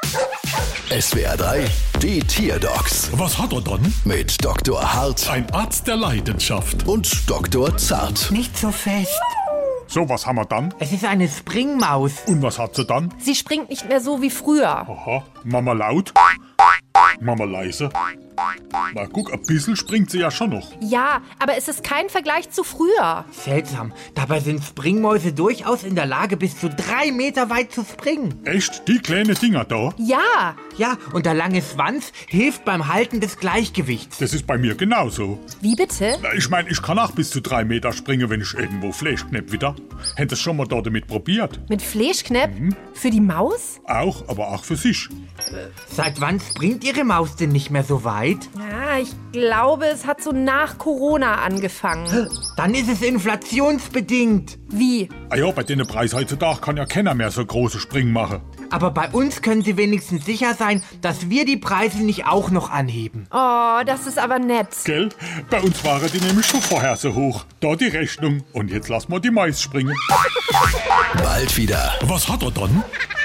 SWR 3, die Tierdocs Was hat er dann? mit Dr. Hart Ein Arzt der Leidenschaft. und Dr. Zart. Nicht so fest. So, was haben wir dann? Es ist eine Springmaus. Und was hat sie dann? Sie springt nicht mehr so wie früher. Aha, Mama laut, Mama leise. Na guck, ein bisschen springt sie ja schon noch. Ja, aber es ist kein Vergleich zu früher. Seltsam. Dabei sind Springmäuse durchaus in der Lage, bis zu 3 Meter weit zu springen. Echt? Die kleinen Dinger da? Ja, Ja, und der lange Schwanz hilft beim Halten des Gleichgewichts. Das ist bei mir genauso. wie bitte? Na, ich meine, ich kann auch bis zu 3 Meter springen, wenn ich irgendwo Fleisch knepp wieder. Hätt es schon mal da damit probiert? Mit Fleischknepp? Für die Maus? Auch, aber auch für sich. Seit wann springt Ihre Maus denn nicht mehr so weit? Ja, ich glaube, es hat so nach Corona angefangen. Dann ist es inflationsbedingt. Wie? Ah ja, bei den Preisen heutzutage kann ja keiner mehr so große Springen machen. Aber bei uns können Sie wenigstens sicher sein, dass wir die Preise nicht auch noch anheben. Oh, das ist aber nett. Gell? Bei uns waren die nämlich schon vorher so hoch. Da die Rechnung. Und jetzt lassen wir die Mais springen. Bald wieder. Was hat er dann?